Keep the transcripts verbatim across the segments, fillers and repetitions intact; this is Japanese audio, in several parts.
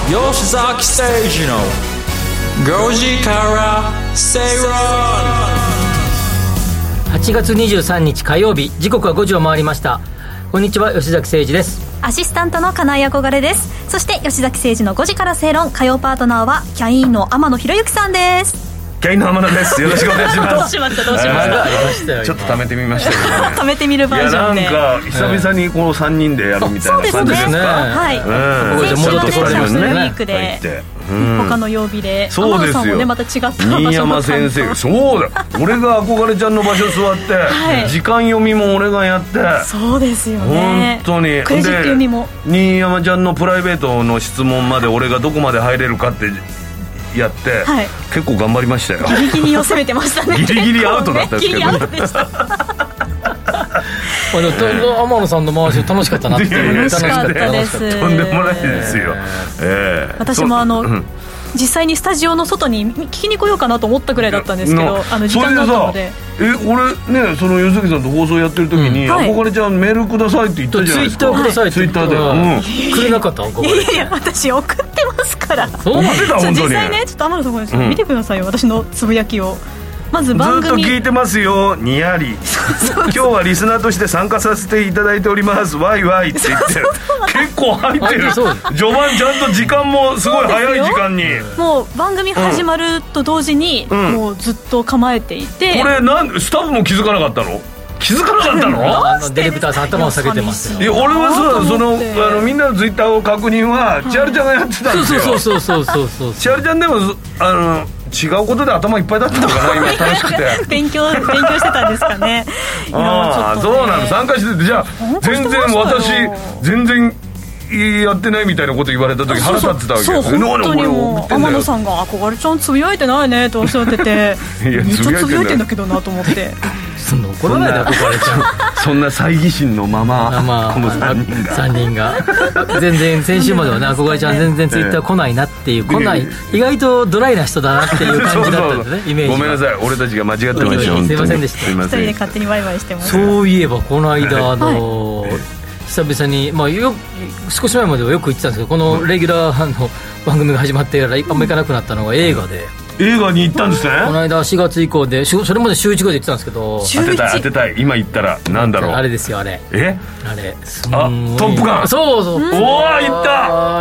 吉崎誠二のごじから正論。 はちがつにじゅうさんにち火曜日、時刻はごじを回りました。こんにちは、吉崎誠二です。 アシスタントの金井憧れです。そして吉崎誠二のごじから正論、火曜パートナーはキャインの天野博之さんです。 キャインの天野です。よろしくお願いします。 どうしましたどうしました、 ちょっと貯めてみましたけどね。 貯めてみるバージョンで、 いやなんか久々にこのさんにんでやるみたいな感じですか。 はい、うん、先週のねシャッフルウィークで、うん、他の曜日で天野さんもねまた違った場所の新山先生、そうだ俺が憧れちゃんの場所座って、はい、時間読みも俺がやって、 そうですよね、 本当にクレジット読みも新山ちゃんのプライベートの質問まで俺がどこまで入れるかってやって、はい、結構頑張りましたよ。 ギリギリを攻めてましたね。 ギリギリアウトだったんですけど、ね、ギリギリアウトでした。 天野さんの回し楽しかったなって。 楽しかったです。 とんでもないですよ、えー、 私もあの、うん、実際にスタジオの外に聞きに来ようかなと思ったぐらいだったんですけど、あの時間があったので、 え俺ね、その吉崎さんと放送やってる時に、うん、はい、憧れちゃんメールくださいって言ったじゃないですか。 ツイッターくださいって言った、はい、ツイッターで、うん、 くれなかった憧れちゃん。 いやいや私送ってますから。 そうなんですか。 実際ね、ちょっと天野さんこれ、うん、見てくださいよ、私のつぶやきを。まず番組ずっと聞いてますよ、にやり今日はリスナーとして参加させていただいております、ワイワイって言って結構入ってる。序盤ちゃんと時間もすごい早い時間に、 もう番組始まると同時に、うん、もうずっと構えていて、 これなんスタッフも気づかなかったの？気づかなかったの？ あのディレクターさん頭を下げてますよ。 いや俺はさ、そのあのみんなのツイッターを確認は千春ちゃんがやってたんですよ。 そうそうそうそうそうそう。 千春ちゃんでもあの違うことで頭いっぱいだったのかな、今楽しくて勉強勉強してたんですかね。 ああ、ね、そうなの、参加してて、じゃあ全然私全然やってないみたいなこと言われた時腹立ってたわけ。 そうそう本当にもう天野さんが憧れちゃんつぶやいてないねとおっしゃっててめっちゃつぶやいてんだけどなと思って。 そんな怒らないで憧れちゃん。 そんな猜疑心のまま、まあ、このさんにんがさんにんが全然先週まではね、憧れちゃん全然ツイッター来ないなっていう、来ない意外とドライな人だなっていう感じだったんですね。イメージ。 ごめんなさい、俺たちが間違ってました。 すいませんでした。 一人で勝手にワイワイしてます。 そういえばこの間あの、はい、久々に、まあ、よ少し前まではよく言ってたんですけど、このレギュラーの番組が始まってからあんま行かなくなったのが映画で、 映画に行ったんですね。 この間しがつ以降で、それまで週いちぐらいで言ってたんですけど、 当てたい当てたい、今言ったらなんだろう、 あれですよ、あれえあれあトップガン。 そうそう、 おお行った。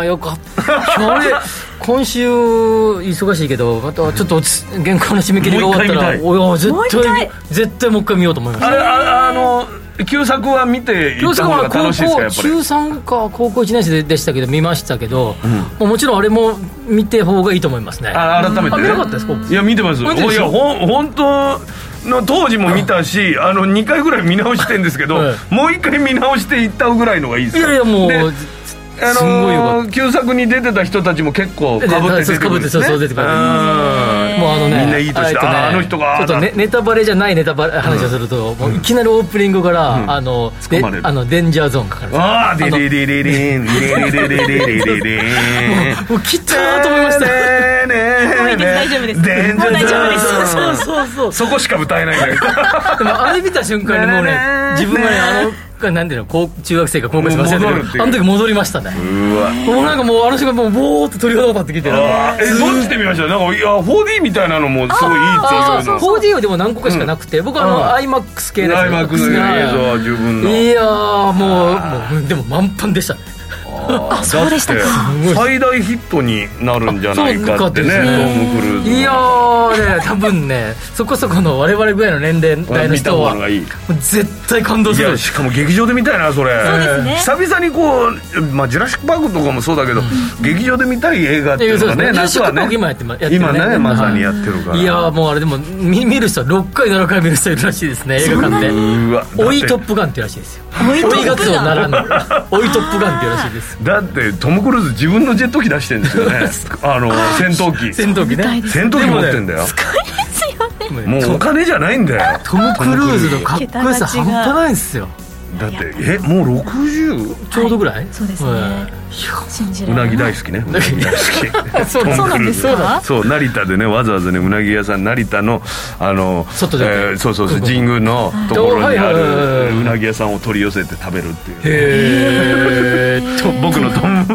あよかったあれ今週忙しいけど、またちょっと原稿の締め切りが終わったら、お絶対絶対もう一回見ようと思いました。 あれああの旧作は見ていった方が楽しいですか？やっぱり旧さんか高校いちねん生でしたけど見ましたけど、うん、もうもちろんあれも見て方がいいと思いますね。 あ改めて、ね、 あ見なかったですか？ いや見てます。いやほん本当の当時も見たし、あのにかいぐらい見直してるんですけど、はい、もういっかい見直していったぐらいのがいいですか？ いやいやもうあのー、旧作に出てた人たちも結構かぶって出てくるんですね。そうそう出てくる。もうあのね、 みんないいとして、あ, あ, あの人がちょっと ネ, ネタバレじゃないネタバレ話をすると、うん、もういきなりオープニングから、うん、あのであのデンジャーゾーンかかる。 ああデデデデデンデデデデデデデンもう切ったなと思いました。 もういいです、大丈夫です。 デンジャーゾーン、 もう大丈夫です。 そうそうそうそこしか歌えないんだけどでもあれ見た瞬間にもうね、自分がねあのなんていうの、高中学生か高校生か忘れてる、あの時戻りましたね。 うわもうなんかもうあの人がもうボーっと鳥肌立ってきて、 あえどっちで見ました？なんかいや フォーディー みたいなのもすごいいいっていうの。 フォーディー はでも何個かしかなくて、うん、僕はあの アイマックス 系です。 アイマックス の映像は十分の。 いやーもう、もうでも満帆でしたね。 あそうでしたか。 最大ヒットになるんじゃないかってね、トム・クルーズ。 いやーね多分ねそこそこの我々ぐらいの年齢代の人は絶対感動する。 いやしかも劇場で見たいなそれ。 そうですね、 久々にこう、まあ、ジュラシック・パークとかもそうだけど、うん、劇場で見たい映画っていうのがね、夏はね今やってま、やってるね、 今ねまさにやってるから。 いやもうあれでも 見, 見る人はろっかいななかい見る人いるらしいですね、映画館で。 うわ追いトップガンっていうらしいですよ。 追いトップガンならぬ追いトップガンっていうらしいです。 だってトム・クルーズ自分のジェット機出してるんですよねあの戦闘機戦闘機ね戦闘機持ってんだよ。 使いですよね。 もうお金じゃないんだよ。 トム・クルーズのかっこよさ半端ないんですよ。 だってえもうろくじゅうちょうどぐらい、はい、 そうですね、信じられないうなぎ大好きね。うなぎ大好きそうなんですか。 そう成田でねわざわざねうなぎ屋さん成田のあの外で、 えー、そうそうそう神宮のところにあるうなぎ屋さんを取り寄せて食べるっていう。 へー僕のトム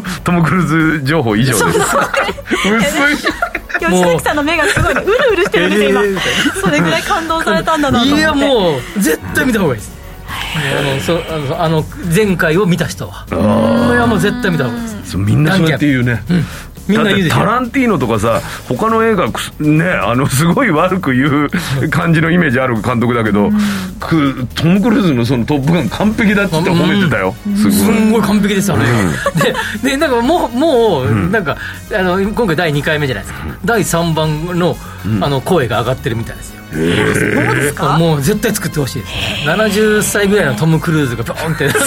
トム・クルーズ情報以上です薄い吉崎さんの目がすごい、ね、うるうるしてるんですよ、今、えー、それぐらい感動されたんだなと思って。 いやもう絶対見た方がいいです。あのそあのあの前回を見た人は、いやもう絶対見た方がいいです。 みんなそうやって言うね、うん、 みんな言うでしょ。 タランティーノとかさ、他の映画ね、あのすごい悪く言う感じのイメージある監督だけど、うん、トム・クルーズのそのトップガン完璧だって言って褒めてたよ、 うん、すごい、すんごい完璧ですよね、うん、で, でなんかもうもう、うん、なんかあの今回だいにかいめじゃないですか、うん、だいさんばん の, あの声が上がってるみたいですよ。 そうですか。 もう絶対作ってほしいですね。ななじゅっさいぐらいのトム・クルーズがポンってもう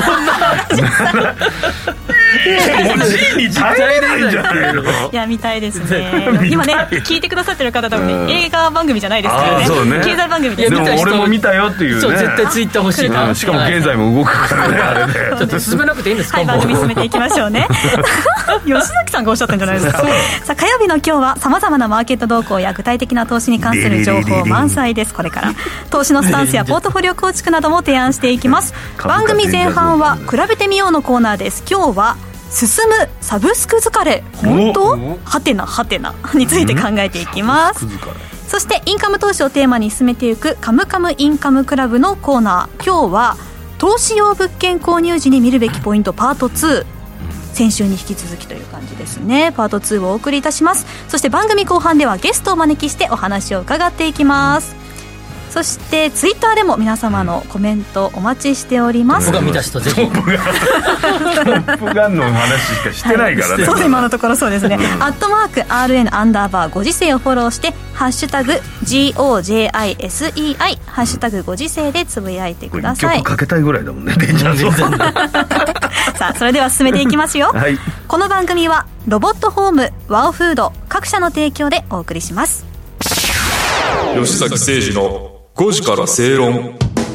G に耐えれないんじゃないの。 いや見たいですね。今ね聞いてくださってる方多分、ね、うん、映画番組じゃないですからね。そうね、経済番組です。 でも俺も見たよっていうね。 そう絶対ツイッター欲しいな、 うん、しかも経済も動くからね、あれでちょっと進めなくていいんですか。 はい、番組進めていきましょうね吉崎さんがおっしゃったんじゃないですかさあ火曜日の今日はさまざまなマーケット動向や具体的な投資に関する情報満載です。これから投資のスタンスやポートフォリオ構築なども提案していきます番組前半は比べてみようのコーナーです。今日は進むサブスク疲れ本当はてなはてなについて考えていきます。そしてインカム投資をテーマに進めていくカムカムインカムクラブのコーナー、今日は投資用物件購入時に見るべきポイントパートツー、先週に引き続きという感じですね。パートツーをお送りいたします。そして番組後半ではゲストをお招きしてお話を伺っていきます。そしてツイッターでも皆様のコメントお待ちしております。 僕が見た人ぜひトップガンの話しかしてないからね、はい、 そう今のところそうですねアットマーク アールエヌ アンダーバーご時世をフォローしてハッシュタグ ジーオージェーアイエスイーアイ ハッシュタグご時世でつぶやいてください。 曲かけたいぐらいだもんねデンジャーさあそれでは進めていきますよ、 はい、 この番組はロボットホームワオフード各社の提供でお送りします。 吉崎誠二のごじから正論。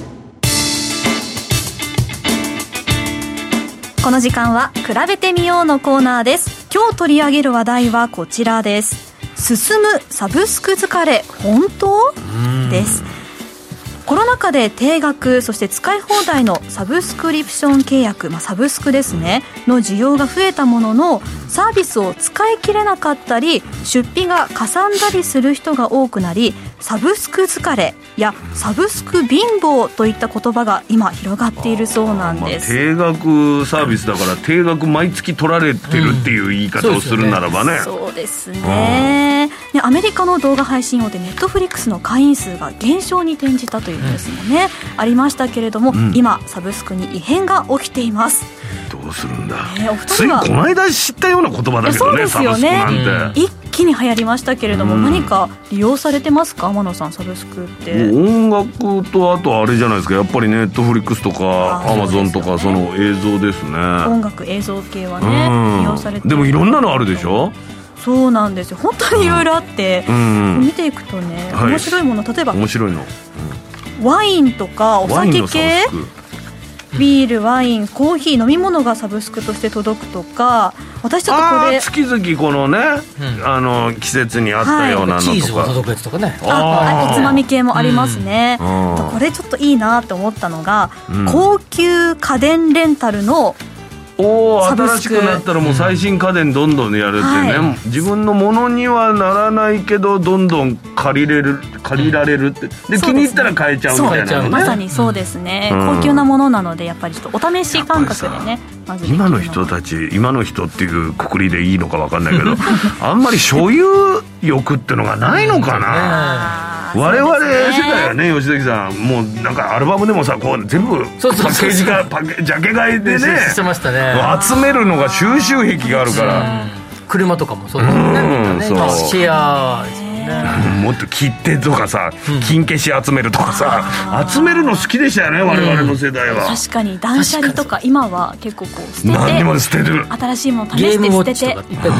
この時間は比べてみようのコーナーです。今日取り上げる話題はこちらです。進むサブスク疲れ本当です。コロナ禍で定額そして使い放題のサブスクリプション契約、まあ、サブスクですねの需要が増えたもののサービスを使い切れなかったり出費がかさんだりする人が多くなり、サブスク疲れやサブスク貧乏といった言葉が今広がっているそうなんです。 まあ、定額サービスだから定額毎月取られてるっていう言い方をするならばね、うん、 そうですね。ね、アメリカの動画配信大手ネットフリックスの会員数が減少に転じたというニュースもね、うん、ありましたけれども、うん、今サブスクに異変が起きています。 どうするんだ、 ね、お二人はついこの間知ったような言葉だけどね、 そうですよね、 サブスクなんて、 うん、一気に流行りましたけれども、うん、何か利用されてますか天野さん、サブスクって。 音楽とあとあれじゃないですか、やっぱりネットフリックスとかアマゾンとかその映像ですね。 音楽映像系はね、うん、利用されてる。 でもいろんなのあるでしょ。 そうなんですよ、本当にいろいろあって、うん、見ていくとね、はい、面白いもの、例えば面白いの、 うん、ワインとかお酒系、ビール、ワイン、コーヒー、飲み物がサブスクとして届くとか、私ちょっとこれ月々このね、うん、あの季節に合ったようなのとか、はい、 チーズが届くやつとかね、 ああおつまみ系もありますね、うん、これちょっといいなと思ったのが、うん、高級家電レンタルのお新しくなったらもう最新家電どんどんやるってね、はい、自分のものにはならないけどどんどん借りれる借りられるって、で、気に入ったら買えちゃうみたいなのね。 まさにそうですね、うん、高級なものなのでやっぱりちょっとお試し感覚でね、まず今の人たち、今の人っていうくくりでいいのか分かんないけどあんまり所有欲ってのがないのかな、うん、我々世代はね、吉崎さんもうなんかアルバムでもさ、こう全部パッケージがパッケジャケ買いでねしてましたね。 集めるのが収集癖があるから、うん、 車とかもそうですね、うん、ね、そうシェアですね、 もっと切手とかさ、うん、金消し集めるとかさ、集めるの好きでしたよね、我々の世代は、うん、 確かに断捨離とか今は結構こう捨てて、 何にも捨てる、 新しいもの試して捨てて、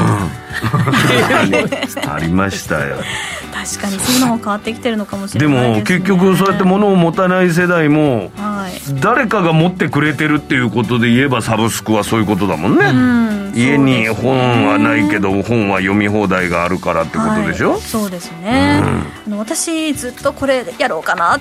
ありましたよ。 確かにそういうのも変わってきてるのかもしれないですね。 でも結局そうやって物を持たない世代も、はい、誰かが持ってくれてるっていうことで言えばサブスクはそういうことだもんね、うん、家に本はないけど、ね、本は読み放題があるからってことでしょ、 はい、そうですね、うん、あの私ずっとこれやろうかなって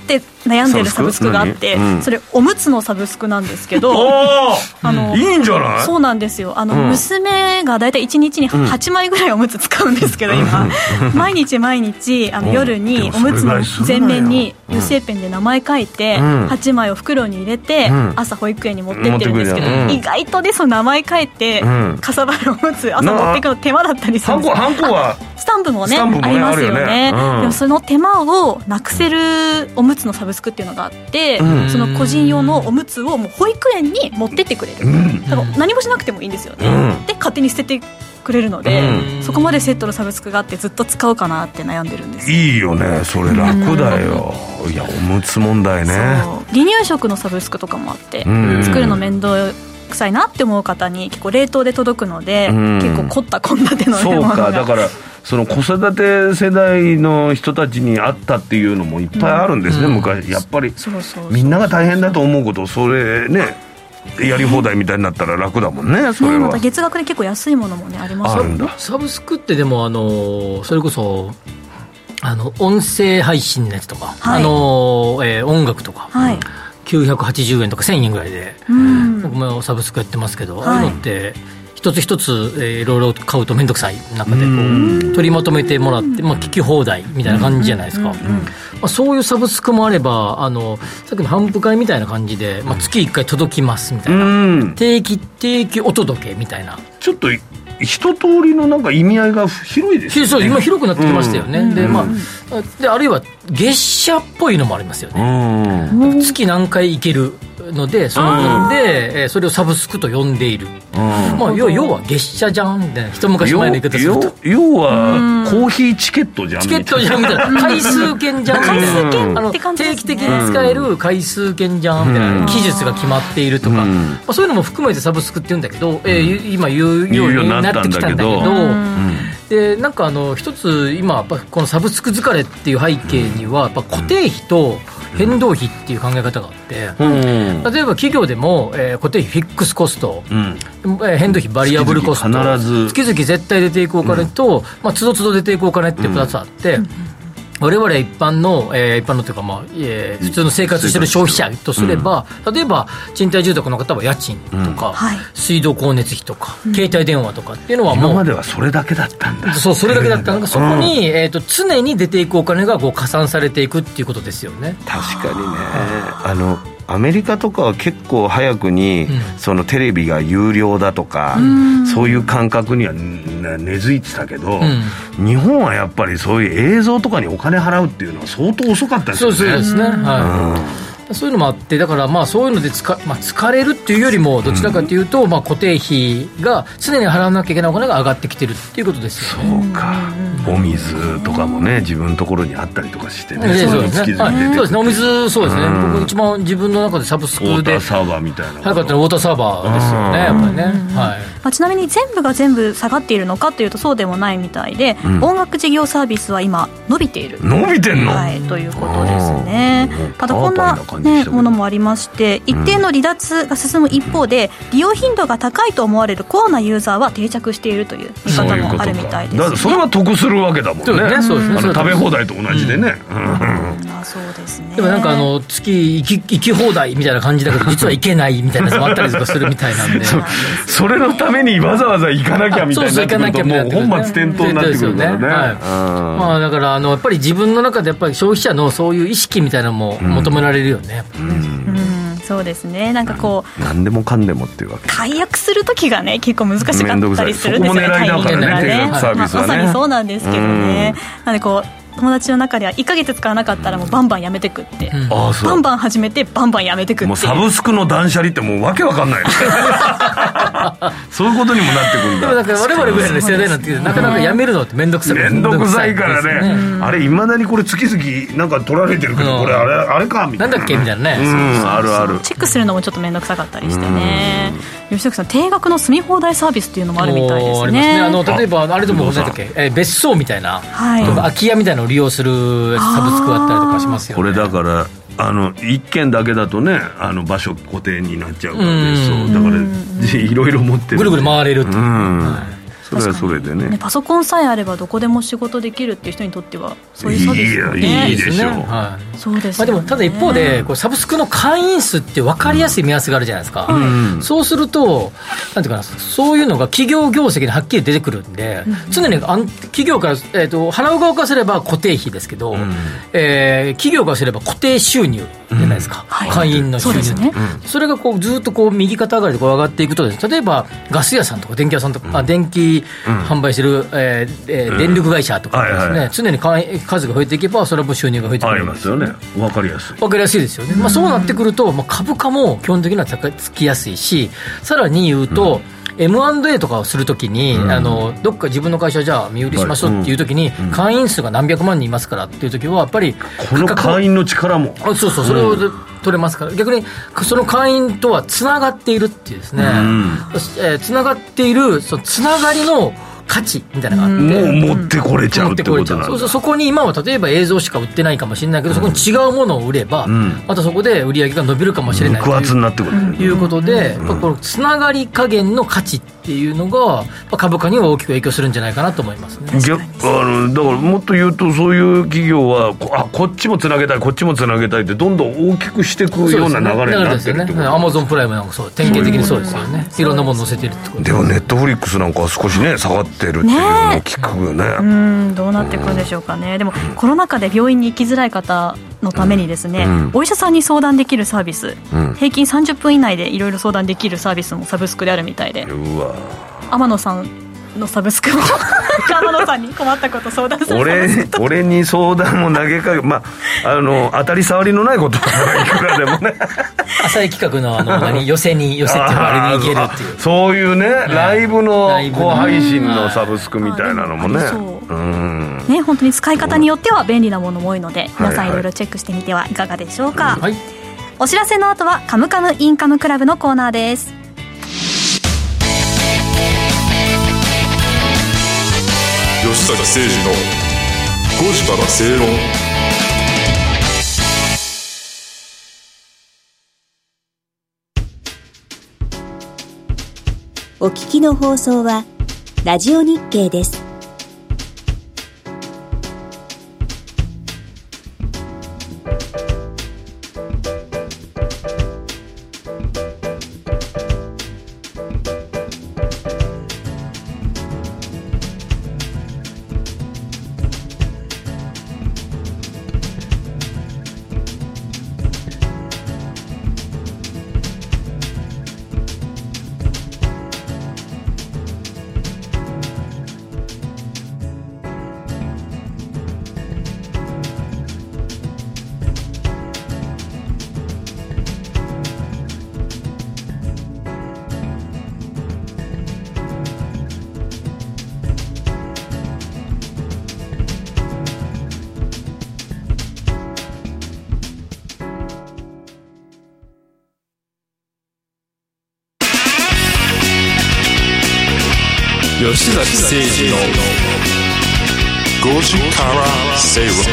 悩んでるサブスクがあって、うん、それおむつのサブスクなんですけどあのいいんじゃない。 そうなんですよ。あの、うん、娘がだいたいいちにちにはちまいぐらいおむつ使うんですけど、うん、今毎日毎日あの夜におむつの前面に油性ペンで名前書いて、うん、はちまいを袋に入れて、うん、朝保育園に持ってってるんですけど、うん、意外とでその名前書いて、うん、かさばるおむつ朝持っていくの手間だったりするんですよ。 ハンコはスタンプも ね, もねありますよ ね, よね、うん、でもその手間をなくせるおむつのサブスクっていうのがあって、うん、その個人用のおむつをもう保育園に持ってってくれる、うん、だから何もしなくてもいいんですよね、うん、で勝手に捨ててくれるので、うん、そこまでセットのサブスクがあってずっと使おうかなって悩んでるんです。 いいよねそれ、楽だよ、うん、いやおむつ問題ね。 離乳食のサブスクとかもあって、うん、作るの面倒臭いなって思う方に結構冷凍で届くので、うん、結構凝った献立のそうか、だからその子育て世代の人たちにあったっていうのもいっぱいあるんですね、うん、昔やっぱりそうそうそうそうみんなが大変だと思うことをそれねやり放題みたいになったら楽だもんね。それは、ね、また月額で結構安いものもねありますよね。 サブスクってでもあのそれこそあの音声配信のやつとか、はい、あのえー、音楽とか、はい、きゅうひゃくはちじゅうえんとかせんえんぐらいで、うん、僕もサブスクやってますけど、はい、ああいうのって一つ一つ、えー、いろいろ買うと面倒くさい中でこう取りまとめてもらって、まあ、聞き放題みたいな感じじゃないですか、うんうんうん、まあ、そういうサブスクもあればあのさっきの頒布会みたいな感じで、まあ、月いっかい届きますみたいな、うん、定期定期お届けみたいな、 ちょっと一通りのなんか意味合いが広いですよね。 そう今広くなってきましたよね、うん、で、まあ、であるいは月謝っぽいのもありますよね、うん、月何回行けるのでそので、えー、それをサブスクと呼んでいる、うん、まあ、要, 要は月謝じゃんみたいな一昔前の言い方すると要はコーヒーチケットじゃんチケットじゃんみたいな回数券じゃんみたいな回数券って感じですね。定期的に使える回数券じゃんみたいな記述が決まっているとか、うん、まあ、そういうのも含めてサブスクって言うんだけど、えー、今言うようになってきたんだけど、でなんかあの一つ今やっぱこのサブスク疲れっていう背景にはやっぱ固定費と変動費っていう考え方があって、うん、例えば企業でも、えー、固定費フィックスコスト、うん、えー、変動費バリアブルコスト、 必ず月々絶対出ていくお金と、うん、まあ、つどつど出ていくお金ってふたつあって、うん、我々一般の、えー、一般のというか、まあえー、普通の生活してる消費者とすれば、うん、例えば賃貸住宅の方は家賃とか、うん、水道光熱費とか、うん、携帯電話とかっていうのはもう今まではそれだけだったんだ。 そうそれだけだったのがそこに、うん、えー、と常に出ていくお金がこう加算されていくっていうことですよね。 確かにね、あのアメリカとかは結構早くに、うん、そのテレビが有料だとか、うん、そういう感覚には根付いてたけど、うん、日本はやっぱりそういう映像とかにお金払うっていうのは相当遅かったですよね。 そうですね、はい、うん、そういうのもあって、だからまあそういうのでつか、まあ、疲れるっていうよりもどちらかというと、うん、まあ、固定費が常に払わなきゃいけないお金が上がってきてるっていうことですよね。 そうか、お水とかもね自分のところにあったりとかしてね、 そうですね、はい、そうですね、お水、そうですね、うん、僕一番自分の中でサブスクでウォーターサーバーみたいな早かったのはウォーターサーバーですよね、やっぱりね、はい、 まあ、ちなみに全部が全部下がっているのかというとそうでもないみたいで、うん、音楽事業サービスは今伸びている伸びてんの、 はい、ということですね。ただこんな、ね、ものもありまして、一定の離脱が進む一方で、うん、利用頻度が高いと思われるコアなユーザーは定着しているという見方もあるみたいですね。 だからそれは得するわけだもんね。そうですね、あの食べ放題と同じでね、うんうん、 あ、そうですね。 でもなんかあの月行き、行き放題みたいな感じだけど実は行けないみたいなやつもあったりとかするみたいなんでそ, それのためにわざわざ行かなきゃみたいになってくるともう本末転倒になってくるからね、はい、 まあ、だからあのやっぱり自分の中でやっぱり消費者のそういう意識みたいなのも求められるよね、うん、うん、 そうですね。なんかこう何でもかんでもっていうわけ解約するときがね結構難しかったりするんですよね。 そこも狙いだからね、定額サービスはね、 まあ、まさにそうなんですけどね、なのでこう友達の中ではいっかげつ使わなかったらもうバンバンやめてくって、うん、バンバン始めてバンバンやめてくって、 もうサブスクの断捨離ってもうわけわかんないそういうことにもなってくるんだ。 でもなんか我々ぐらいの世代なんてなかなかやめるのって面倒くさい面倒くさいからね、うん、あれいまだにこれ月々なんか取られてるけど、うん、これあれあれかみたいな、 なんだっけみたいなね、 うん、 そうそうそう、 あるある、 チェックするのもちょっと面倒くさかったりしてね。吉崎さん、定額の住み放題サービスっていうのもあるみたいですね。 ありますね。あの例えばあれでも何だっけ、えー、別荘みたいな、はい、空き家みたいなのを利用するサブスクがあったりとかしますよね。 これだからあの一軒だけだとね、あの場所固定になっちゃうから別荘だからいろいろ持ってる、 ぐるぐる回れるっていう、うん、 まそれはそれで ね, ねパソコンさえあればどこでも仕事できるっていう人にとってはそういうサービスですね。いいでしょう、 はい、 そうですね。 まあ、でもただ一方でこうサブスクの会員数って分かりやすい目安があるじゃないですか、うん、そうするとなんていうかな、そういうのが企業業績にはっきり出てくるんで、うん、常にあん企業から、えー、と払う側からすれば固定費ですけど、うんえー、企業からすれば固定収入じゃないですか、うん、会員の収入、はい、そうですね、うん、それがこうずっとこう右肩上がりでこう上がっていくとです、例えばガス屋さんとか電気屋さんとか、うん、あ電気販売してる、えーえー、電力会社とかですね、うんはいはい、常に数が増えていけばそれも収入が増えてくる。 ありますよね。分かりやすい。 分かりやすいですよね、まあ、そうなってくると、まあ、株価も基本的にはつきやすいし、さらに言うと、うん、エムアンドエー とかをするときに、うん、あのどっか自分の会社じゃあ身売りしましょうっていうときに、うん、会員数が何百万人いますからっていうときはやっぱりこの会員の力もあそうそうそれを、うん取れますから、逆にその会員とはつながっているっていうですね、うんえー、つながっているそのつながりの価値みたいなのがあって、 もう持ってこれちゃうってことなんだ。 そうそう、そこに今は例えば映像しか売ってないかもしれないけど、うん、そこに違うものを売れば、うん、またそこで売り上げが伸びるかもしれないという、 肉厚になってくる、 うん、いうことで、うん、このつながり加減の価値っていうのが株価には大きく影響するんじゃないかなと思いますね。 逆あのだからもっと言うと、そういう企業はあこっちもつなげたいこっちもつなげたいってどんどん大きくしていくような流れになってるってこと。 アマゾンプライムなんかそう典型的にそうですよね。いろんなもの載せてるってことでもネットフリックスなんかは少しね下がってるっていうのを聞くよね。 うんどうなっていくんでしょうかね。でもコロナ禍で病院に行きづらい方のためにですね、うん、お医者さんに相談できるサービス、うん、平均さんじゅっぷん以内でいろいろ相談できるサービスもサブスクであるみたいで、 うわ天野さんのサブスクも天野さんに困ったこと相談する俺, 俺に相談も投げかけ、まあ、あの当たり障りのないことはいくらでもね浅い企画 の, あの何寄せに寄せてあれにいけるっていうそういうね、はい、ライブのこう配信のサブスクみたいなのもね、うんね本当に使い方によっては便利なものも多いので、皆さんいろいろチェックしてみてはいかがでしょうか、はい、お知らせの後はカムカムインカムクラブのコーナーです。 吉坂誠二のごじから正論。 お聞きの放送はラジオ日経です。 吉崎誠二のごじから正論。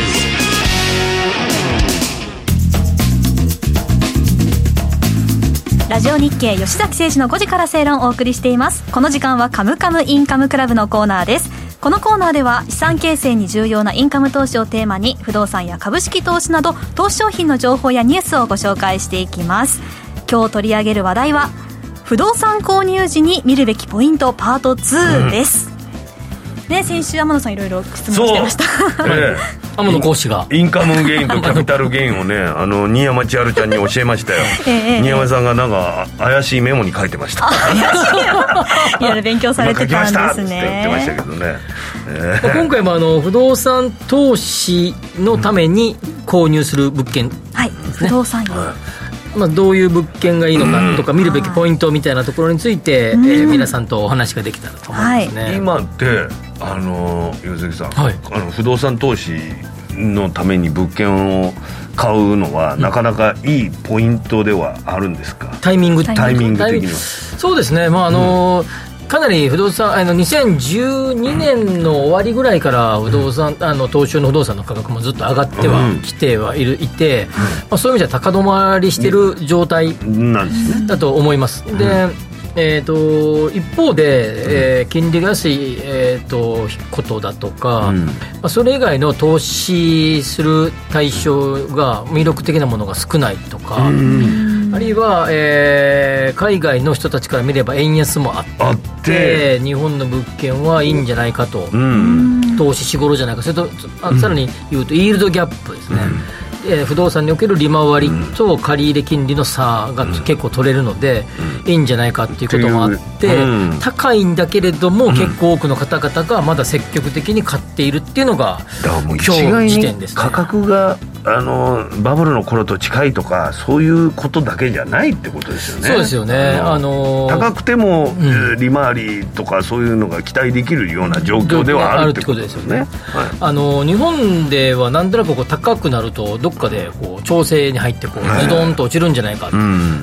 ラジオ日経吉崎誠二のごじから正論をお送りしています。この時間はカムカムインカムクラブのコーナーです。このコーナーでは資産形成に重要なインカム投資をテーマに不動産や株式投資など投資商品の情報やニュースをご紹介していきます。今日取り上げる話題は不動産購入時に見るべきポイントパートツーです、うんね、先週天野さんいろいろ質問してました。 ええ、天野講師がインカムゲインとキャピタルゲインをねあの新山千春ちゃんに教えましたよ、ええ、新山さんがなんか怪しいメモに書いてました。 怪しいいろいろ勉強されてたんですね。 言ってましたけどね、 えー、今回もあの不動産投資のために購入する物件、ね、 はい不動産業、はいまあ、どういう物件がいいのかとか、うん、見るべきポイントみたいなところについて、うんえー、皆さんとお話ができたらと思いますね、 はい、今ってあの岩崎さん、はい、あの不動産投資のために物件を買うのは、うん、なかなかいいポイントではあるんですか。 タイミングタイミング的にはそうですね、まああのーうんかなり不動産あのにせんじゅうにねんの終わりぐらいから不動産、うん、あの東証の不動産の価格もずっと上がってはきてはいる、うん、いて、うんまあ、そういう意味では高止まりしてる状態だと思います、うん、でえー、と一方で、えー、金利が安い、えー、とことだとか、うんまあ、それ以外の投資する対象が魅力的なものが少ないとか、うんあるいは、えー、海外の人たちから見れば円安もあって、あって日本の物件はいいんじゃないかと、うん、投資しごろじゃないか、それとあさらに言うとイールドギャップですね、うんえー、不動産における利回りと借入金利の差が結構取れるので、うん、いいんじゃないかっていうこともあって、うん、高いんだけれども、うん、結構多くの方々がまだ積極的に買っているっていうのが今日時点ですね。 価格があのバブルの頃と近いとかそういうことだけじゃないってことですよね。 そうですよね。 あの高くても、うん、利回りとかそういうのが期待できるような状況ではあるってことですよね。 あの日本ではなんとなくこう高くなるとどっかでこう調整に入ってこうズドンと落ちるんじゃないか、はいうん、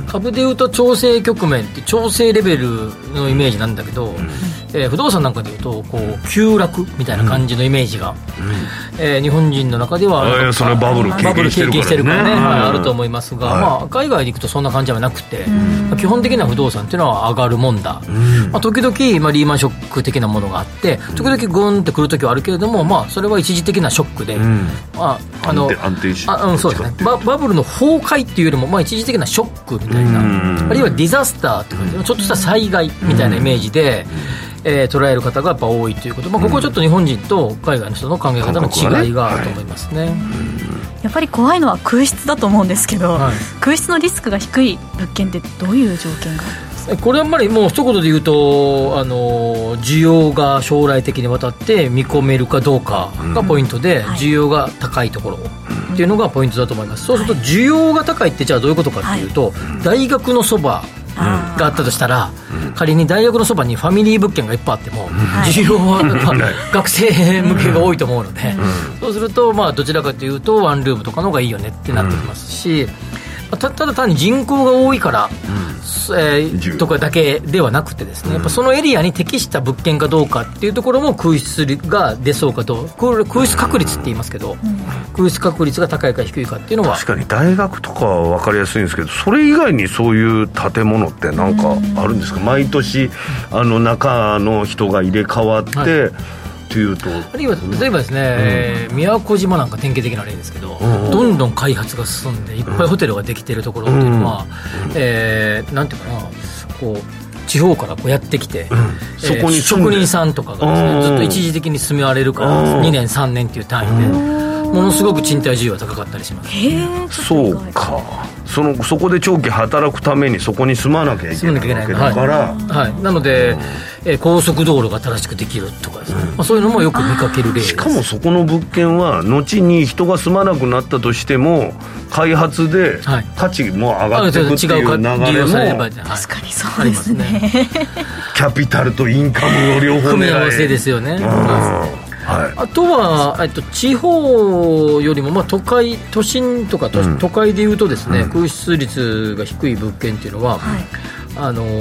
株でいうと調整局面って調整レベルのイメージなんだけど、うんえー、不動産なんかでいうとこう急落みたいな感じのイメージが、うんえー、日本人の中ではなんかそれバブルバブル経験してるからね、はい、あると思いますが、はいまあ、海外に行くとそんな感じはなくて、まあ、基本的な不動産っていうのは上がるもんだ、まあ、時々、まあ、リーマンショック的なものがあって時々グンってくる時はあるけれども、まあ、それは一時的なショックで、うんまあ、あの安定しあ、うん、そうですね、バ, バブルの崩壊っていうよりも、まあ、一時的なショックみたいな、あるいはディザスターっていうかちょっとした災害みたいなイメージで、えー、捉える方がやっぱ多いということ、まあ、ここはちょっと日本人と海外の人の考え方の違いがあると思いますね。 やっぱり怖いのは空室だと思うんですけど、はい、空室のリスクが低い物件ってどういう条件があるんですか？ これはやっぱりもう一言で言うとあの需要が将来的にわたって見込めるかどうかがポイントで、うんはい、需要が高いところっていうのがポイントだと思います。そうすると需要が高いってじゃあどういうことかっていうと、はい、大学のそばがあったとしたら、うん、仮に大学のそばにファミリー物件がいっぱいあっても、うん、需要はやっぱ学生向けが多いと思うので、うん、そうするとまあどちらかというとワンルームとかの方がいいよねってなってきますし、うん、た, ただ単に人口が多いから、うんえー、とかだけではなくてですね、やっぱそのエリアに適した物件かどうかっていうところも空室が出そうかと、空室確率って言いますけど、うん、空室確率が高いか低いかっていうのは確かに大学とかは分かりやすいんですけど、それ以外にそういう建物って何かあるんですか？毎年あの中の人が入れ替わって、はいというとあるいは例えばですね、うんえー、宮古島なんか典型的な例ですけど、うん、どんどん開発が進んでいっぱいホテルができているところっていうのは、うんえー、なんていうかなこう地方からこうやってきて、うんえー、そこに職人さんとかがですねずっと一時的に住みわれるからにねんさんねんっていう単位でものすごく賃貸需要が高かったりします。 へーそうかそのそこで長期働くためにそこに住まなきゃいけないわけだから、 はいはい、なので、うんえー、高速道路が新しくできるとかですね、うんまあ、そういうのもよく見かける例です。 しかもそこの物件は後に人が住まなくなったとしても開発で価値も上がっていくっていう流れも、 はい、確かにそうですねキャピタルとインカムの両方組み合わせですよね、うんはい、 あとは、えっと、地方よりも、まあ、都会都心とか都、うん、都会でいうとですね、うん、空室率が低い物件っていうのは、はい、あの